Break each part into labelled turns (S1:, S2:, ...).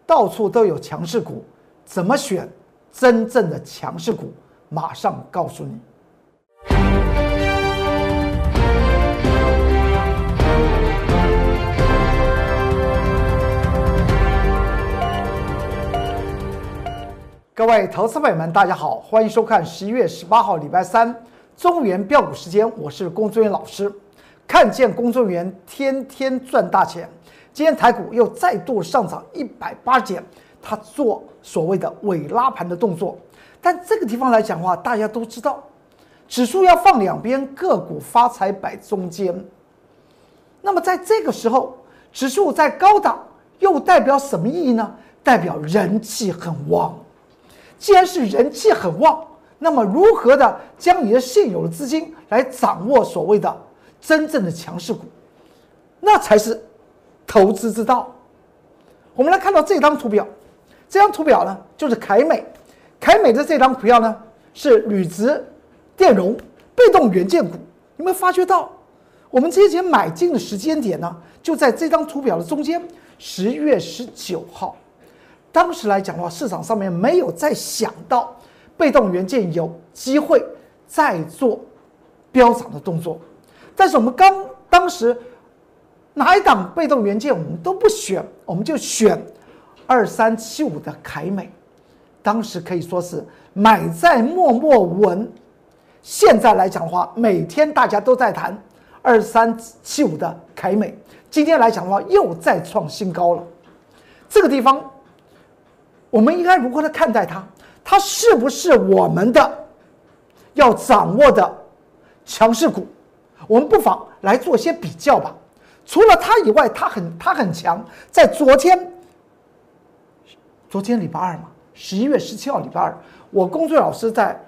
S1: 到处都有强势股，怎么选真正的强势股？马上告诉你。各位投资朋友们，大家好，欢迎收看11月18号礼拜三中原标股时间，我是龚宗元老师。看见龚宗元天天赚大钱，今天台股又再度上涨180点，他做所谓的伪拉盘的动作。但这个地方来讲的话，大家都知道，指数要放两边，个股发财摆中间。那么在这个时候，指数在高档，又代表什么意义呢？代表人气很旺。既然是人气很旺，那么如何的将你的现有的资金来掌握所谓的真正的强势股，那才是投资之道。我们来看到这张图表，这张图表呢就是凯美，凯美的这张股票呢是铝质电容被动元件股。有没有发觉到，我们之前买进的时间点呢，就在这张图表的中间，10月19号。当时来讲的话，市场上面没有再想到被动元件有机会再做飙涨的动作，但是我们当时哪一档被动元件我们都不选，我们就选2375的凯美，当时可以说是买在默默无闻。现在来讲的话，每天大家都在谈2375的凯美，今天来讲的话又再创新高了。这个地方我们应该如何的看待它？它是不是我们的要掌握的强势股？我们不妨来做些比较吧。除了它以外，它很强。在昨天礼拜二嘛，11月17号礼拜二，我龚宗元老师在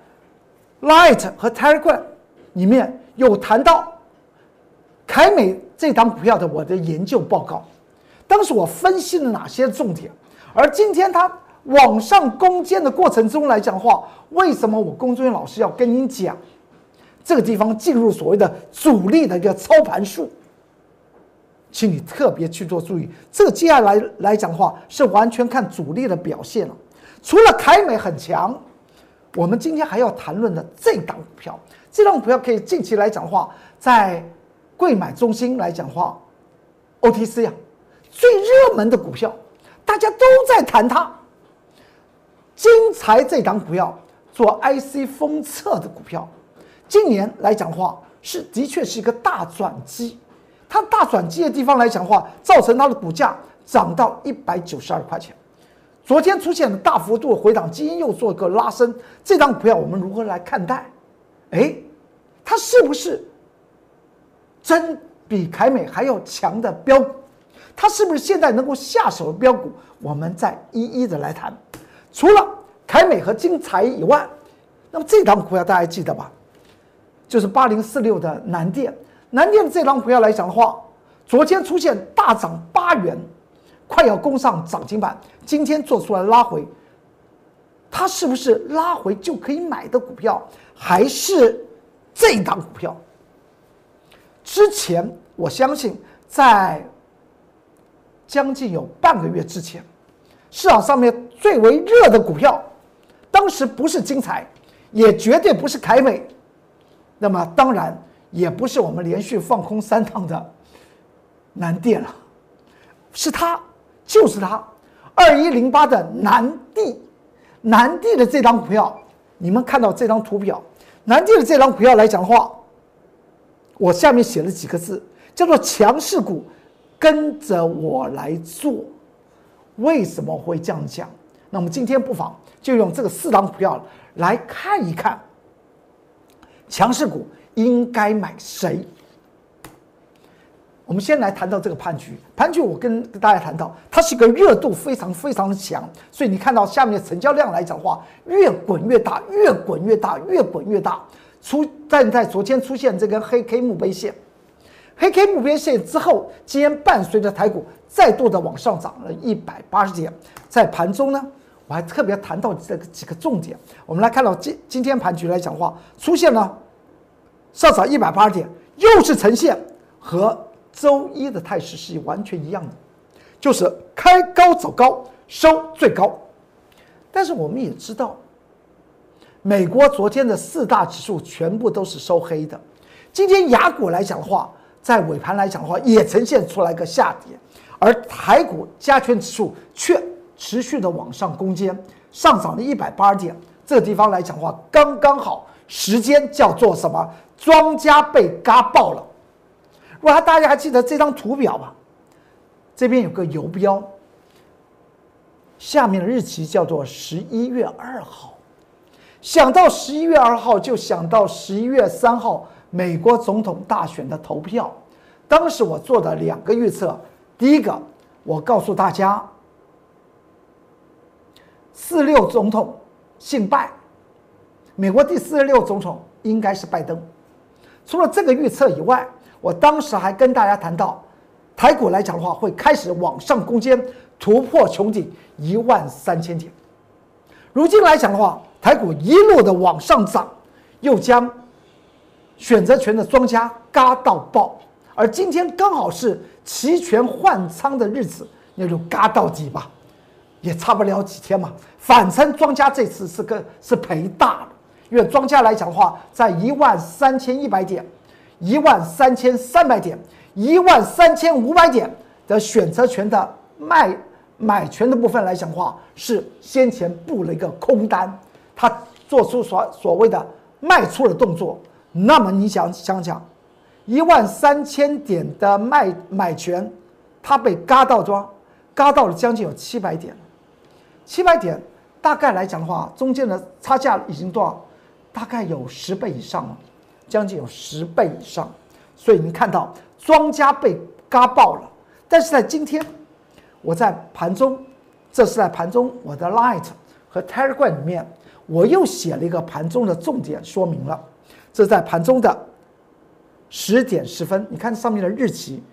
S1: Light 和 Telegram 里面有谈到凯美这档股票的我的研究报告。当时我分析了哪些重点？而今天它往上攻坚的过程中来讲的话，为什么我龚宗元老师要跟您讲这个地方进入所谓的主力的一个操盘术？请你特别去做注意，这个接下来讲的话是完全看主力的表现了。除了凯美很强，我们今天还要谈论的这档股票，这档股票可以近期来讲的话，在柜买中心来讲的话 ，OTC 啊，最热门的股票，大家都在谈它。精材这档股票做 IC 封测的股票，今年来讲的话的确是一个大转机。它大转机的地方来讲的话，造成它的股价涨到192块钱。昨天出现了大幅度的回档，今天又做一个拉升。这档股票我们如何来看待？它是不是真比凯美还要强的标股？它是不是现在能够下手的标股？我们再一一的来谈。除了凯美和精材以外，那么这档股票大家还记得吧？就是8046的南电。南电的这档股票来讲的话，昨天出现大涨8元，快要攻上涨停板，今天做出来拉回，它是不是拉回就可以买的股票，还是这档股票？之前我相信在将近有半个月之前，市场上面最为热的股票，当时不是精材，也绝对不是凯美，那么当然也不是我们连续放空3趟的南电了，是它，就是它，2108的南地的这张股票，你们看到这张图表，南地的这张股票来讲的话，我下面写了几个字，叫做强势股，跟着我来做。为什么会这样讲？那我们今天不妨就用这个4档股票来看一看，强势股应该买谁？我们先来谈到这个盘局。盘局我跟大家谈到，它是一个热度非常非常的强，所以你看到下面的成交量来讲的话，越滚越大，越滚越大，越滚越大。但在昨天出现这根黑 K 墓碑线，黑 K 墓碑线之后，今天伴随着台股再度的往上涨了180点。在盘中呢，我还特别谈到这个几个重点。我们来看到今天盘局来讲的话，出现了上涨180点，又是呈现和周一的态势是完全一样的，就是开高走高， 收最高。但是我们也知道，美国昨天的4大指数全部都是收黑的。今天亚股来讲的话，在尾盘来讲的话，也呈现出来一个下跌，而台股加权指数却持续的往上攻坚，上涨了180点。这个地方来讲的话，刚刚好时间叫做什么？庄家被嘎爆了。如果大家还记得这张图表吧，这边有个游标，下面的日期叫做11月2号。想到11月2号，就想到11月3号美国总统大选的投票。当时我做的2个预测，第一个，我告诉大家，46总统姓拜，美国第46总统应该是拜登。除了这个预测以外，我当时还跟大家谈到，台股来讲的话，会开始往上攻坚，突破穹顶13000点。如今来讲的话，台股一路的往上涨，又将选择权的庄家嘎到爆，而今天刚好是期权换仓的日子，那就嘎到底吧，也差不了几天嘛。反正庄家这次是赔大了，因为庄家来讲的话，在13100点、13300点、13500点的选择权的买权的部分来讲的话，是先前布了一个空单，他做出所谓的卖出的动作。那么你想13000点的买权，它被嘎到多少？嘎到了将近有700点，700点大概来讲的话，中间的差价已经多少？大概有10倍以上了，将近有10倍以上。所以你看到庄家被嘎爆了。但是在今天，我在盘中，这是在盘中我的 Light 和 Telegram 里面，我又写了一个盘中的重点说明了。这在盘中的10点10分，你看上面的日期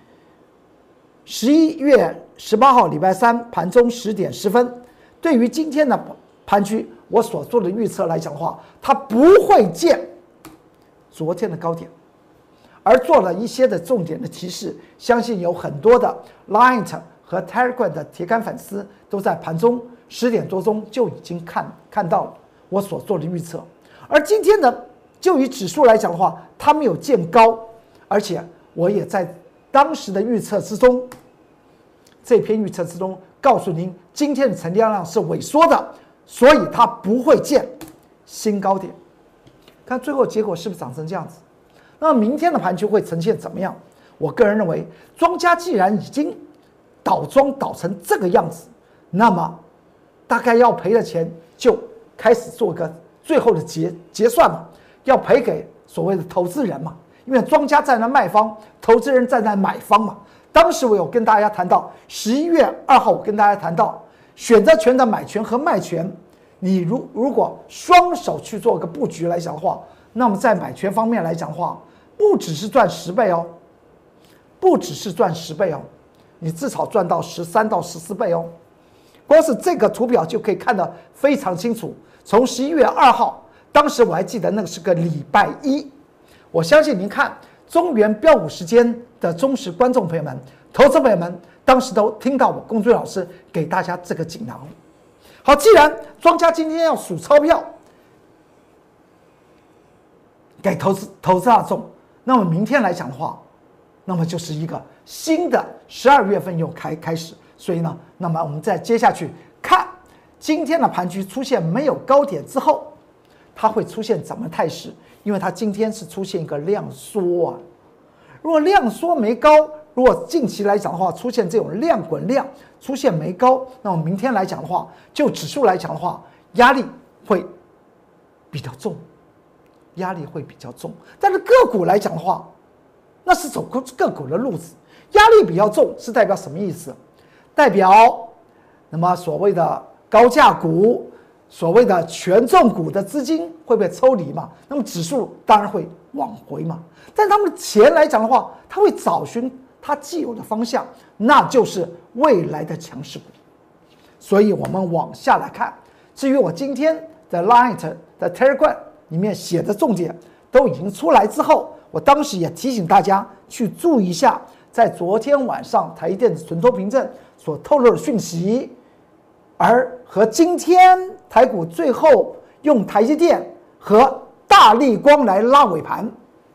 S1: ，11月18号礼拜三盘中10点10分。对于今天的盘局，我所做的预测来讲的话，它不会见昨天的高点，而做了一些的重点的提示。相信有很多的 Light 和 Telegram 的铁杆粉丝都在盘中10点多钟就已经看到了我所做的预测。而今天呢，就以指数来讲的话，它没有见高，而且我也在当时的预测之中，这篇预测之中告诉您，今天的成交量是萎缩的，所以它不会见新高点。看最后结果是不是长成这样子？那么明天的盘局会呈现怎么样？我个人认为，庄家既然已经倒庄倒成这个样子，那么大概要赔的钱就开始做个最后的结算嘛，要赔给所谓的投资人嘛，因为庄家站在卖方，投资人站在买方嘛。当时我有跟大家谈到，11月2号我跟大家谈到选择权的买权和卖权，你如果双手去做个布局来讲的话，那么在买权方面来讲的话，不只是赚10倍哦，不只是赚10倍哦，你至少赚到13到14倍哦。光是这个图表就可以看得非常清楚。从11月2号，当时我还记得那个是个礼拜一，我相信您看中原标股时间的忠实观众朋友们、投资朋友们，当时都听到我龚俊老师给大家这个锦囊。好，既然庄家今天要数钞票给投资大众，那么明天来讲的话，那么就是一个新的12月份又开始。所以呢，那么我们再接下去看今天的盘局出现没有高点之后，它会出现怎么态势？因为它今天是出现一个量缩啊。如果量缩没高，如果近期来讲的话，出现这种量滚量出现没高，那么明天来讲的话，就指数来讲的话，压力会比较重，压力会比较重。但是个股来讲的话，那是走个股的路子，压力比较重是代表什么意思？代表那么所谓的高价股、所谓的权重股的资金会被抽离嘛？那么指数当然会往回嘛。但他们的钱来讲的话，它会找寻它既有的方向，那就是未来的强势股。所以我们往下来看，至于我今天的 Light 的 Telegram 里面写的重点都已经出来之后，我当时也提醒大家去注意一下，在昨天晚上台积电的存托凭证所透露的讯息， 而和今天台股最后用台积电和大立光来拉尾盘，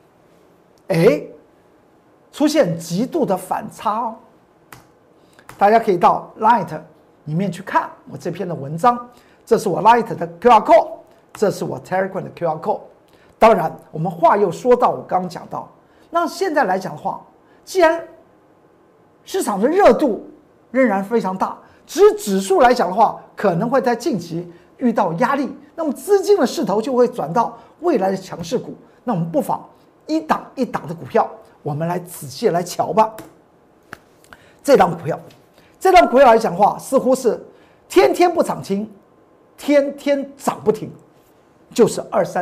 S1: 出现极度的反差哦。大家可以到 Light 里面去看我这篇的文章，这是我 Light 的 QR code， 这是我 Telegram 的 QR code。当然，我们话又说到，我刚刚讲到，那现在来讲的话，既然市场的热度仍然非常大，指数来讲的话，可能会在近期遇到压力，那么资金的势头就会转到未来的强势股。那我们不妨一档一档的股票，我们来仔细来瞧吧。这档股票来讲的话，似乎是天天不涨停，天天涨不停，就是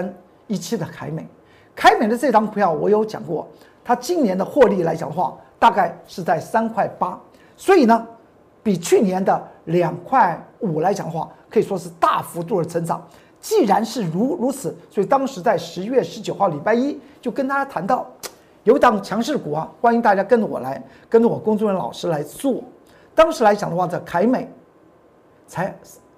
S1: 2317的凯美。凯美的这档股票我有讲过，它今年的获利来讲的话，大概是在3.8块，所以呢，比去年的2.5块来讲的话，可以说是大幅度的成长。既然是如此，所以当时在10月19号礼拜一就跟大家谈到，有一档强势股啊，欢迎大家跟着我工作人员老师来做。当时来讲的话，这凯美才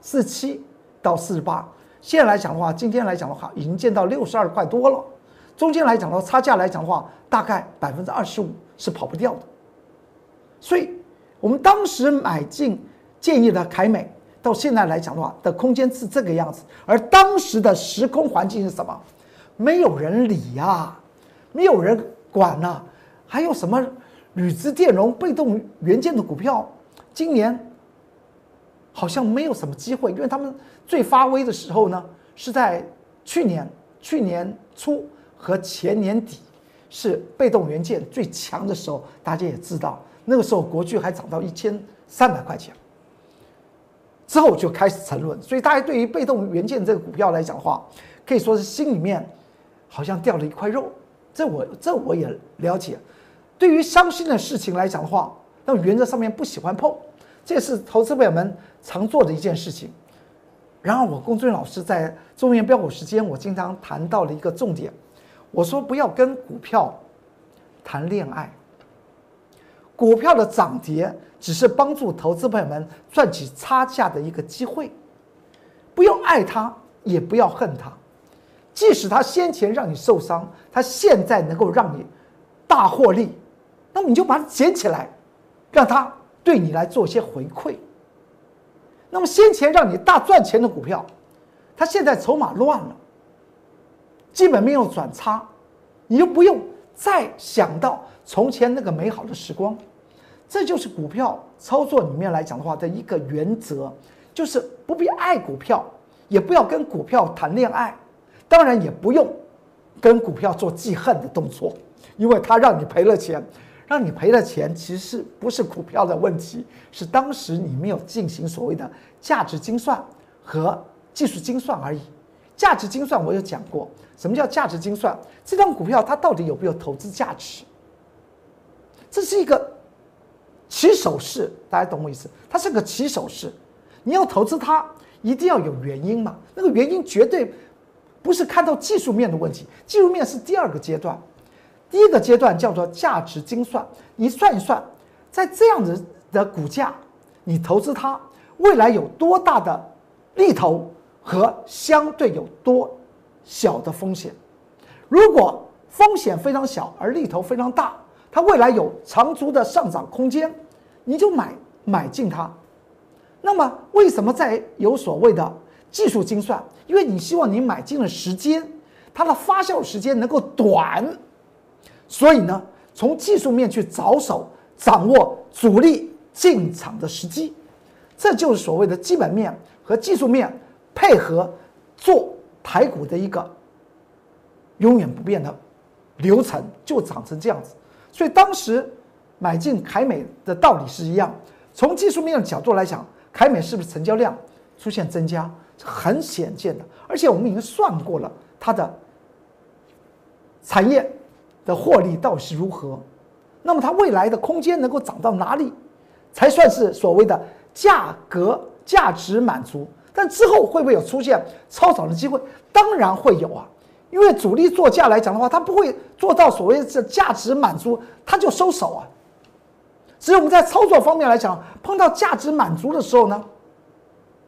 S1: 47到48，现在来讲的话，今天来讲的话，已经见到62块多了。中间来讲的话，差价来讲的话，大概25%是跑不掉的。所以我们当时买进建议的凯美，到现在来讲的话的空间是这个样子。而当时的时空环境是什么？没有人理呀，没有人管呐，还有什么铝资电容、被动元件的股票，今年好像没有什么机会，因为他们最发威的时候呢，是在去年初和前年底，是被动元件最强的时候。大家也知道，那个时候国巨还涨到1300块钱，之后就开始沉沦。所以大家对于被动元件这个股票来讲的话，可以说是心里面好像掉了一块肉。这我也了解。对于伤心的事情来讲的话，那原则上面不喜欢碰，这是投资朋友们常做的一件事情。然后我龚俊老师在中原标股时间，我经常谈到了一个重点，我说不要跟股票谈恋爱，股票的涨跌只是帮助投资朋友们赚取差价的一个机会，不要爱它，也不要恨它。即使他先前让你受伤，他现在能够让你大获利，那么你就把它捡起来，让他对你来做一些回馈。那么先前让你大赚钱的股票，它现在筹码乱了，基本面又转差，你就不用再想到从前那个美好的时光。这就是股票操作里面来讲的话的一个原则，就是不必爱股票，也不要跟股票谈恋爱。当然也不用跟股票做记恨的动作，因为它让你赔了钱，其实不是股票的问题，是当时你没有进行所谓的价值精算和技术精算而已。价值精算我有讲过，什么叫价值精算？这张股票它到底有没有投资价值？这是一个起手式，大家懂我意思？它是个起手式，你要投资它，一定要有原因嘛，那个原因绝对不是看到技术面的问题，技术面是第二个阶段，第一个阶段叫做价值精算。你算一算，在这样子的股价，你投资它，未来有多大的利头和相对有多小的风险？如果风险非常小，而利头非常大，它未来有长足的上涨空间，你就买进它。那么为什么在有所谓的技术精算？因为你希望你买进的时间，它的发酵时间能够短，所以呢，从技术面去着手掌握主力进场的时机，这就是所谓的基本面和技术面配合做台股的一个永远不变的流程，就长成这样子。所以当时买进凯美的道理是一样，从技术面的角度来讲，凯美是不是成交量出现增加？很显见的，而且我们已经算过了它的产业的获利到底是如何，那么它未来的空间能够涨到哪里，才算是所谓的价值满足？但之后会不会有出现超涨的机会？当然会有啊，因为主力做价来讲的话，它不会做到所谓的价值满足，它就收手啊。只有我们在操作方面来讲，碰到价值满足的时候呢，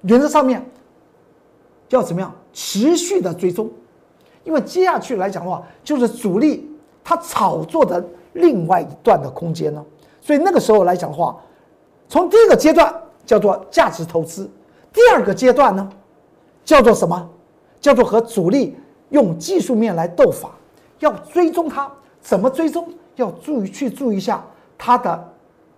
S1: 原则上面要怎么样持续的追踪，因为接下去来讲的话，就是主力它炒作的另外一段的空间呢。所以那个时候来讲的话，从第一个阶段叫做价值投资，第二个阶段呢叫做什么？叫做和主力用技术面来斗法，要追踪它。怎么追踪？要注意一下它的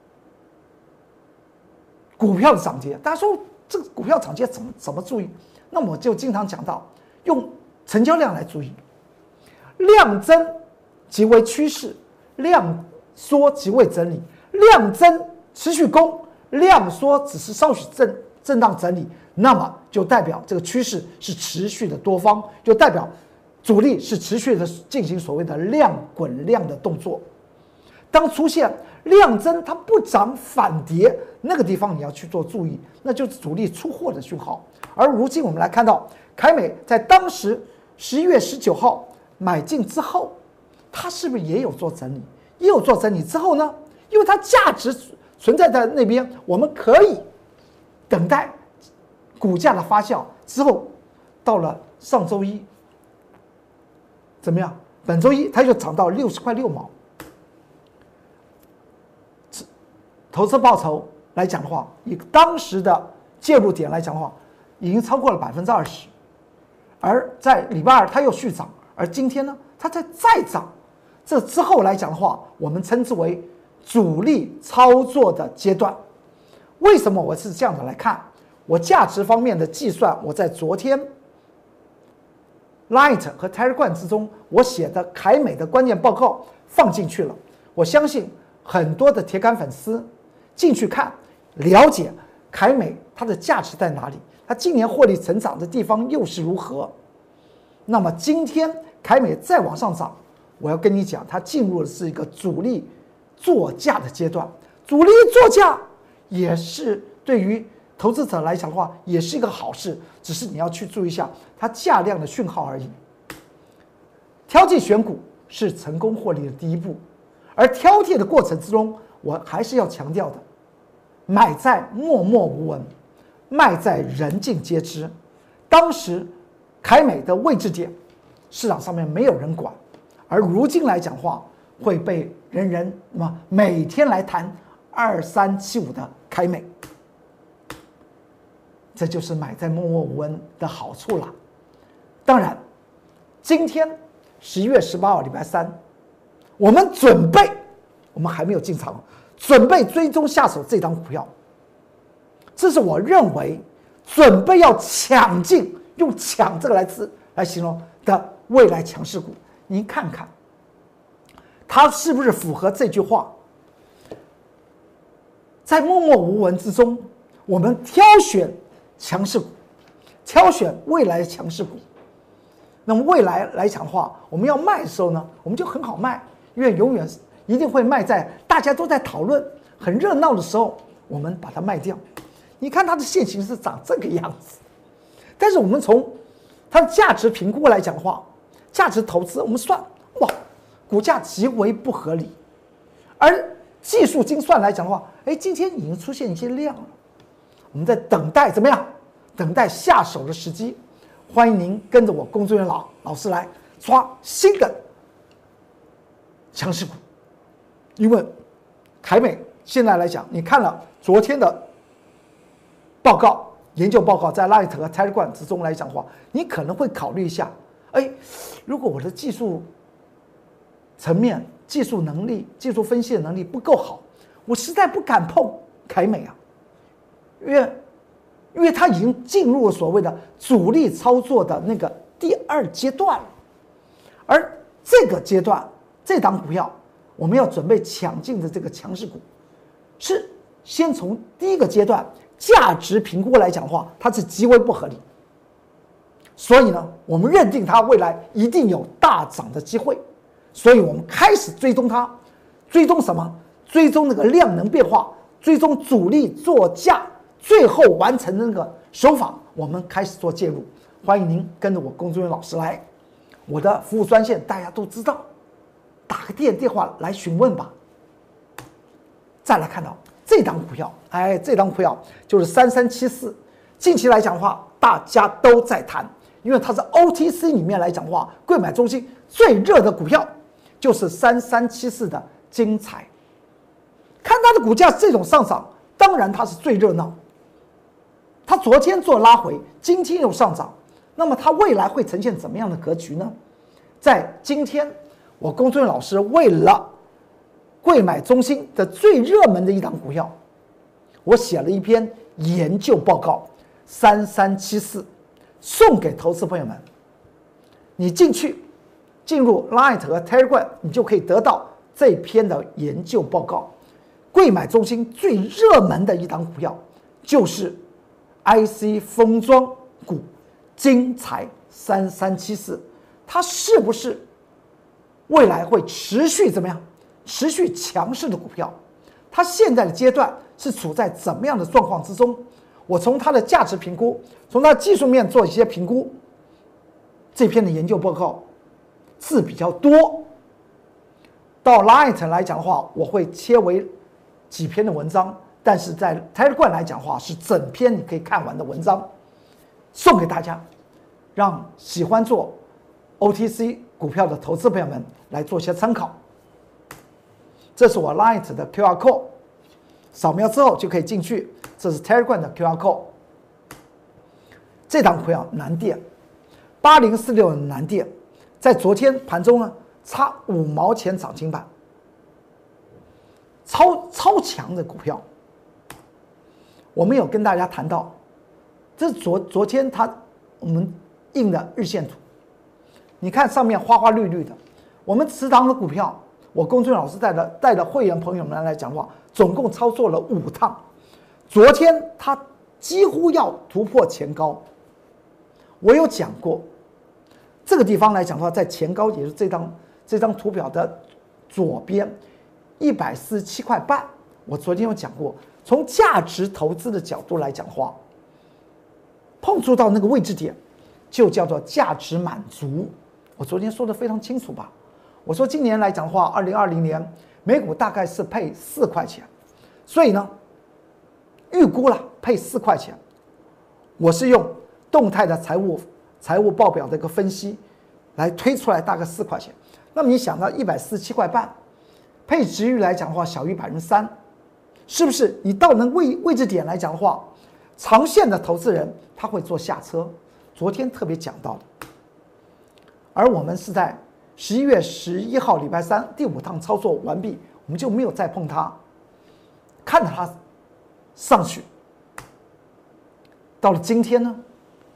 S1: 股票的涨跌。大家说这个股票涨跌怎么注意？那么我就经常讲到，用成交量来注意，量增即为趋势，量缩即为整理。量增持续攻，量缩只是稍许震荡整理，那么就代表这个趋势是持续的多方，就代表主力是持续的进行所谓的量滚量的动作。当出现量增它不涨反跌，那个地方你要去做注意，那就是主力出货的讯号。而如今我们来看到凯美在当时11月19号买进之后，它是不是也有做整理？也有做整理之后呢，因为它价值存在在那边，我们可以等待股价的发酵之后，到了上周一怎么样？本周一它就涨到60块6毛。投资报酬来讲的话，以当时的介入点来讲的话，已经超过了20%。而在礼拜二它又续涨，而今天呢，它再涨。这之后来讲的话，我们称之为主力操作的阶段。为什么我是这样的来看？我价值方面的计算，我在昨天 Light 和 Telegram 之中，我写的凯美的关键报告放进去了。我相信很多的铁杆粉丝进去看，了解凯美它的价值在哪里，它今年获利成长的地方又是如何。那么今天凯美再往上涨，我要跟你讲，它进入的是一个主力作价的阶段。主力作价也是对于投资者来讲的话，也是一个好事，只是你要去注意一下它价量的讯号而已。挑剔选股是成功获利的第一步，而挑剔的过程之中，我还是要强调的，买在默默无闻，卖在人尽皆知。当时凯美的位置点，市场上面没有人管，而如今来讲话，会被人每天来谈2375的凯美，这就是买在默默无闻的好处了。当然，今天11月18号礼拜三，我们还没有进场，准备追踪下手这张股票。这是我认为准备要抢进，用抢这个来形容的未来强势股。您看看，它是不是符合这句话？在默默无闻之中，我们挑选强势股，挑选未来的强势股。那么未来来讲的话，我们要卖的时候呢，我们就很好卖，因为永远一定会卖在大家都在讨论、很热闹的时候，我们把它卖掉。你看它的现形是长这个样子，但是我们从它的价值评估来讲的话，价值投资我们算，哇，股价极为不合理。而技术精算来讲的话，今天已经出现一些量了，我们在等待怎么样？等待下手的时机。欢迎您跟着我工作人员老师来抓新的强势股，因为凯美现在来讲，你看了昨天的报告、研究报告，在 Light 和 Telegram 之中来讲的话，你可能会考虑一下，如果我的技术层面、技术能力、技术分析的能力不够好，我实在不敢碰凯美啊，因为它已经进入了所谓的主力操作的那个第二阶段了，而这个阶段，这档股票我们要准备抢进的这个强势股，是先从第一个阶段价值评估来讲的话，它是极为不合理，所以呢，我们认定它未来一定有大涨的机会，所以我们开始追踪它，追踪什么？追踪那个量能变化，追踪主力作价。最后完成的那个手法，我们开始做介入。欢迎您跟着我工作人员老师来，我的服务专线大家都知道，打个电话来询问吧。再来看到这档股票，这档股票就是3374， 近期来讲的话，大家都在谈，因为它是 OTC 里面来讲的话，贵买中心最热的股票就是3374的精彩。看它的股价这种上涨，当然它是最热闹。它昨天做拉回，今天又上涨，那么它未来会呈现怎么样的格局呢？在今天，我龚俊老师为了贵买中心的最热门的一档股票，我写了一篇研究报告3374，送给投资朋友们。你进入 Line 和 Telegram， 你就可以得到这篇的研究报告。贵买中心最热门的一档股票就是 IC 封装股精彩3374，它是不是未来会持续怎么样？持续强势的股票，它现在的阶段是处在怎么样的状况之中？我从它的价值评估，从它技术面做一些评估。这篇的研究报告字比较多，到 Light 来讲的话，我会切为几篇的文章，但是在 Telegram 来讲的话，是整篇你可以看完的文章，送给大家，让喜欢做 OTC 股票的投资朋友们来做一些参考。这是我 Light 的 QR code， 扫描之后就可以进去。这是 Telegram 的 QR code。这档股票南电8046的南电，在昨天盘中呢差5毛钱涨停板，超强的股票。我们有跟大家谈到，这是昨天我们印的日线图，你看上面花花绿绿的，我们持仓的股票。我龚俊老师带的会员朋友们来讲的话，总共操作了5趟。昨天它几乎要突破前高，我有讲过，这个地方来讲的话，在前高也是这张图表的左边147块半。我昨天有讲过，从价值投资的角度来讲的话，碰触到那个位置点，就叫做价值满足。我昨天说的非常清楚吧？我说今年来讲的话，2020年美股大概是配4块钱，所以呢，预估了配4块钱。我是用动态的财务报表的一个分析来推出来大概4块钱。那么你想到147块半，配殖率来讲的话小于3%，是不是？你到那位置点来讲的话，长线的投资人他会做下车。昨天特别讲到的，而我们是在11月11号礼拜三第5趟操作完毕，我们就没有再碰它，看着它上去。到了今天呢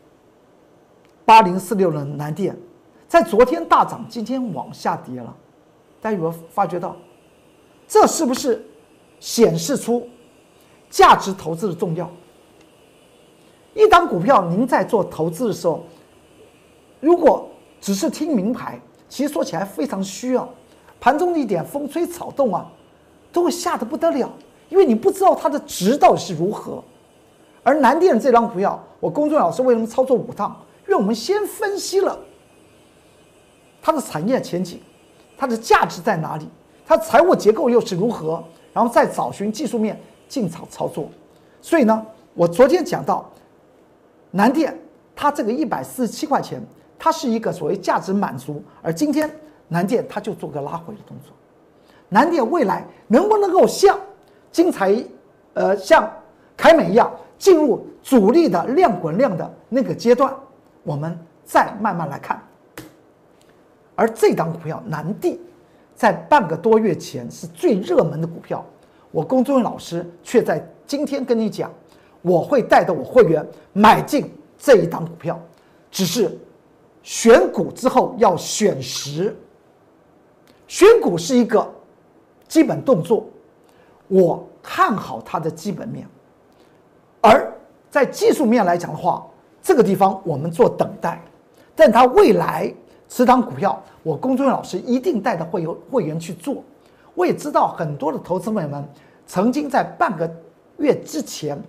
S1: ，8046的南电在昨天大涨，今天往下跌了，大家有没有发觉到？这是不是显示出价值投资的重要？一档股票您在做投资的时候，如果只是听名牌，其实说起来非常虚啊，盘中的一点风吹草动啊，都会吓得不得了，因为你不知道它的值到底是如何。而南电这张股票，我龚俊老师为什么操作5趟？因为我们先分析了它的产业前景，它的价值在哪里，它的财务结构又是如何，然后再找寻技术面进场操作。所以呢，我昨天讲到南电，它这个147块钱。它是一个所谓价值满足，而今天南电它就做个拉回的动作。南电未来能不能够像精彩，像凯美一样进入主力的量滚量的那个阶段，我们再慢慢来看。而这档股票南地，在半个多月前是最热门的股票，我龚俊老师却在今天跟你讲，我会带着我会员买进这一档股票，只是选股之后要选时，选股是一个基本动作，我看好它的基本面，而在技术面来讲的话，这个地方我们做等待，但它未来持档股票，我龚俊老师一定带着会员去做。我也知道很多的投资朋友们曾经在半个月之前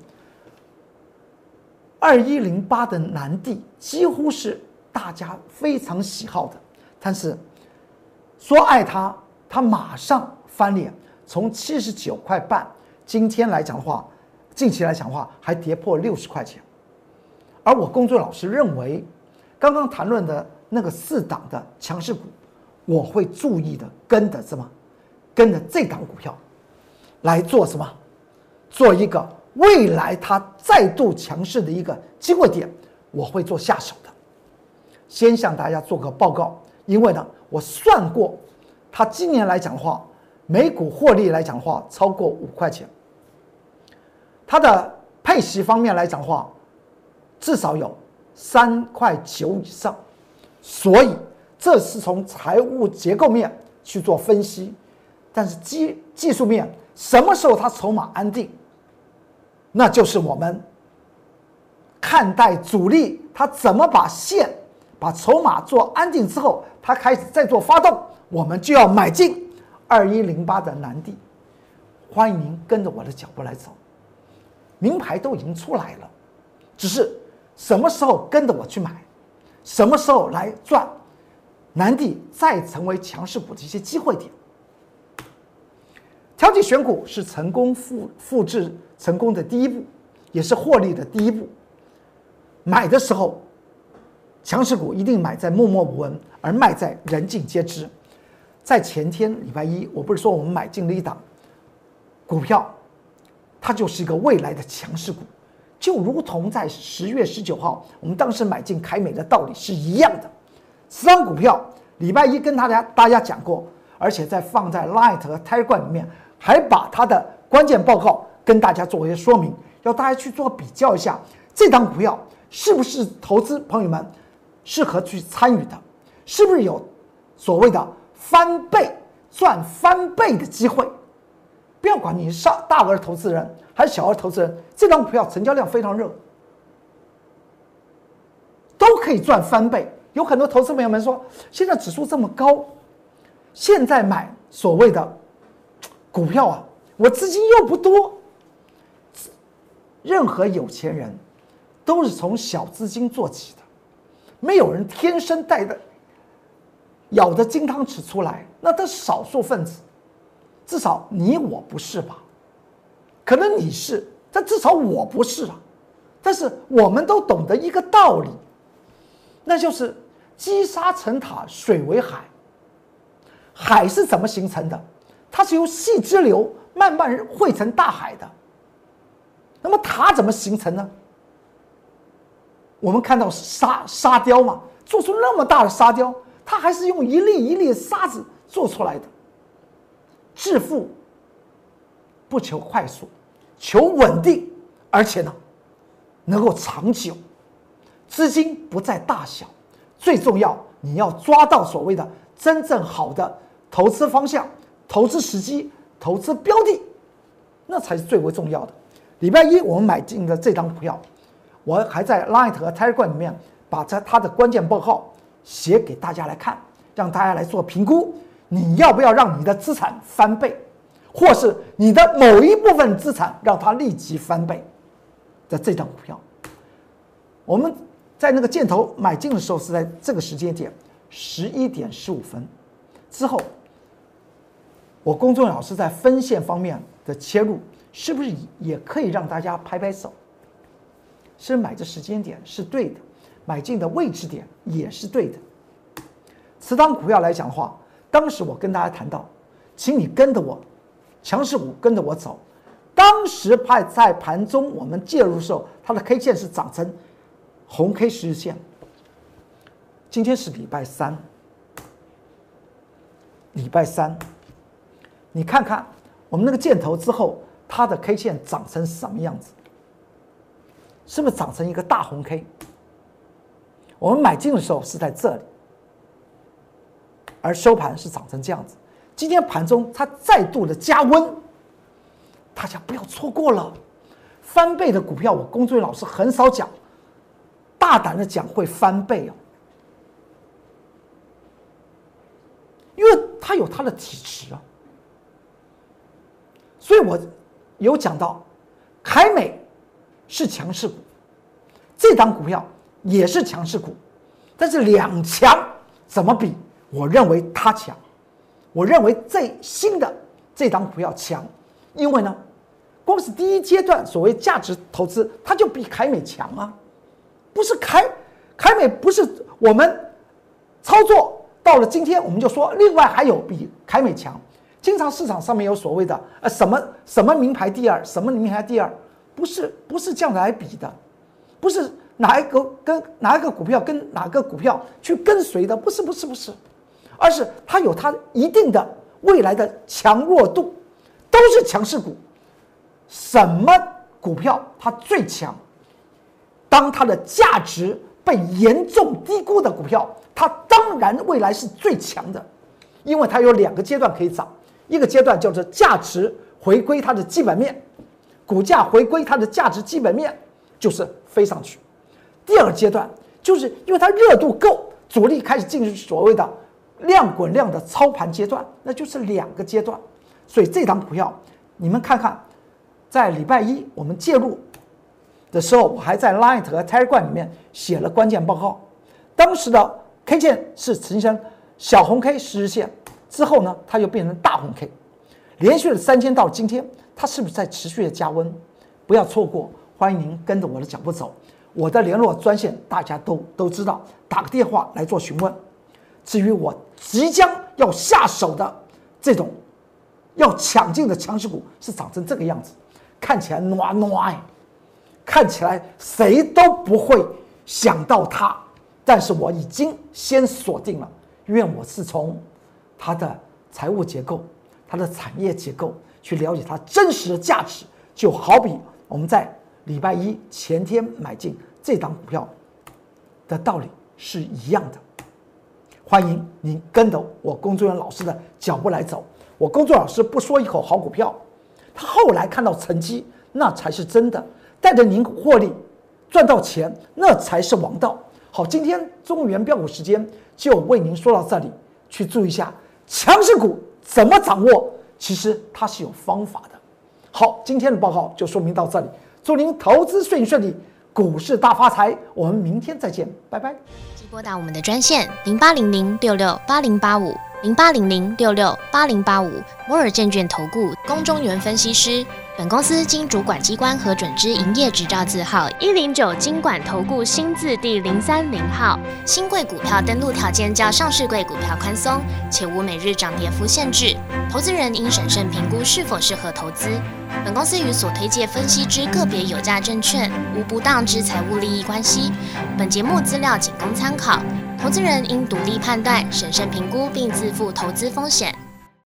S1: ，2108的南地几乎是大家非常喜好的，但是说爱它，它马上翻脸，从79块半，今天来讲的话，近期来讲的话还跌破60块钱。 而我工作老师认为，刚刚谈论的那个4档的强势股，我会注意的跟着什么？跟着这档股票来做什么？做一个未来它再度强势的一个机会点，我会做下手的。先向大家做个报告，因为呢，我算过，它今年来讲的话，每股获利来讲的话，超过5块钱。它的配息方面来讲的话，至少有3.9块以上，所以这是从财务结构面去做分析，但是技术面什么时候它筹码安定，那就是我们看待主力它怎么把筹码做安定之后，它开始再做发动，我们就要买进2108的南地。欢迎您跟着我的脚步来走，名牌都已经出来了，只是什么时候跟着我去买，什么时候来赚南地再成为强势股的一些机会点。挑剔选股是成功复制成功的第一步，也是获利的第一步。买的时候，强势股一定买在默默无闻，而卖在人尽皆知。在前天礼拜一，我不是说我们买进了一档股票，它就是一个未来的强势股，就如同在10月19号我们当时买进凯美的道理是一样的。此档股票礼拜一跟大家讲过，而且在放在 Light 和 Telegram 里面，还把它的关键报告跟大家做一些说明，要大家去做比较一下，这档股票是不是投资朋友们适合去参与的，是不是有所谓的翻倍赚翻倍的机会。不要管你是大额投资人还是小额投资人，这档股票成交量非常热，都可以赚翻倍。有很多投资朋友们说，现在指数这么高，现在买所谓的股票啊，我资金又不多。任何有钱人都是从小资金做起的，没有人天生带的咬着金汤匙出来，那都是少数分子。至少你我不是吧？可能你是，但至少我不是啊。但是我们都懂得一个道理，那就是积沙成塔，水为海。海是怎么形成的？它是由细支流慢慢汇成大海的。那么塔怎么形成呢？我们看到沙雕嘛，做出那么大的沙雕，它还是用一粒一粒的沙子做出来的。致富不求快速，求稳定，而且呢能够长久。资金不在大小，最重要你要抓到所谓的真正好的投资方向、投资时机、投资标的，那才是最为重要的。礼拜一我们买进的这张股票，我还在 Light 和 Telegram 里面把它的关键报告写给大家来看，让大家来做评估。你要不要让你的资产翻倍，或是你的某一部分资产让它立即翻倍的这张股票？我们在那个箭头买进的时候是在这个时间点11点15分之后，我公众老师在分线方面的切入，是不是也可以让大家拍拍手？是买的时间点是对的，买进的位置点也是对的。此档股票来讲的话，当时我跟大家谈到，请你跟着我，强势股跟着我走。当时在盘中我们介入的时候，它的 K 线是长成红 K 10日线。今天是礼拜三，你看看我们那个箭头之后，它的 K 线长成什么样子？是不是长成一个大红 K？ 我们买进的时候是在这里。而收盘是长成这样子。今天盘中它再度的加温，大家不要错过了翻倍的股票。我龚俊老师很少讲，大胆的讲会翻倍哦，因为它有它的体质啊。所以我有讲到，凯美是强势股，这档股票也是强势股，但是两强怎么比？我认为它强，我认为新的这档股票强，因为呢，光是第一阶段所谓价值投资，它就比凯美强啊。 不是凯美不是我们操作到了今天我们就说另外还有比凯美强。经常市场上面有所谓的什么名牌第二，什么名牌第二，不是这样来比的，不是哪一个股票跟哪个股票去跟随的，不是，而是它有它一定的未来的强弱度，都是强势股。什么股票它最强？当它的价值被严重低估的股票，它当然未来是最强的，因为它有2个阶段可以涨。一个阶段叫做价值回归它的基本面，股价回归它的价值基本面，就是飞上去。第2个阶段就是因为它热度够，主力开始进入所谓的量滚量的操盘阶段，那就是2个阶段。所以这档股票你们看看，在礼拜一我们介入的时候，我还在 Line 和 Telegram 里面写了关键报告。当时的 K 线是呈现小红 K 10日线。之后呢，它又变成大红 K， 连续了3天到今天，它是不是在持续的加温？不要错过，欢迎您跟着我的脚步走。我的联络专线大家都知道，打个电话来做询问。至于我即将要下手的这种要抢进的强势股是长成这个样子，看起来看起来谁都不会想到它，但是我已经先锁定了，因为我是从它的财务结构、它的产业结构去了解它真实的价值，就好比我们在礼拜一前天买进这档股票的道理是一样的。欢迎您跟着我工作人员老师的脚步来走。我工作老师不说一口好股票，他后来看到成绩，那才是真的。带着您获利赚到钱，那才是王道。好，今天中原标股时间就为您说到这里，去注意一下。强势股怎么掌握？其实它是有方法的。好，今天的报告就说明到这里，祝您投资顺利，股市大发财。我们明天再见，拜拜。
S2: 拨打我们的专线0800668085 0800668085摩尔证券投顾龚中原分析师。本公司经主管机关核准之营业执照字号109金管投顾新字第030号。新贵股票登录条件较上市贵股票宽松，且无每日涨跌幅限制。投资人应审慎评估是否适合投资。本公司与所推介分析之个别有价证券无不当之财务利益关系。本节目资料仅供参考，投资人应独立判断、审慎评估并自负投资风险。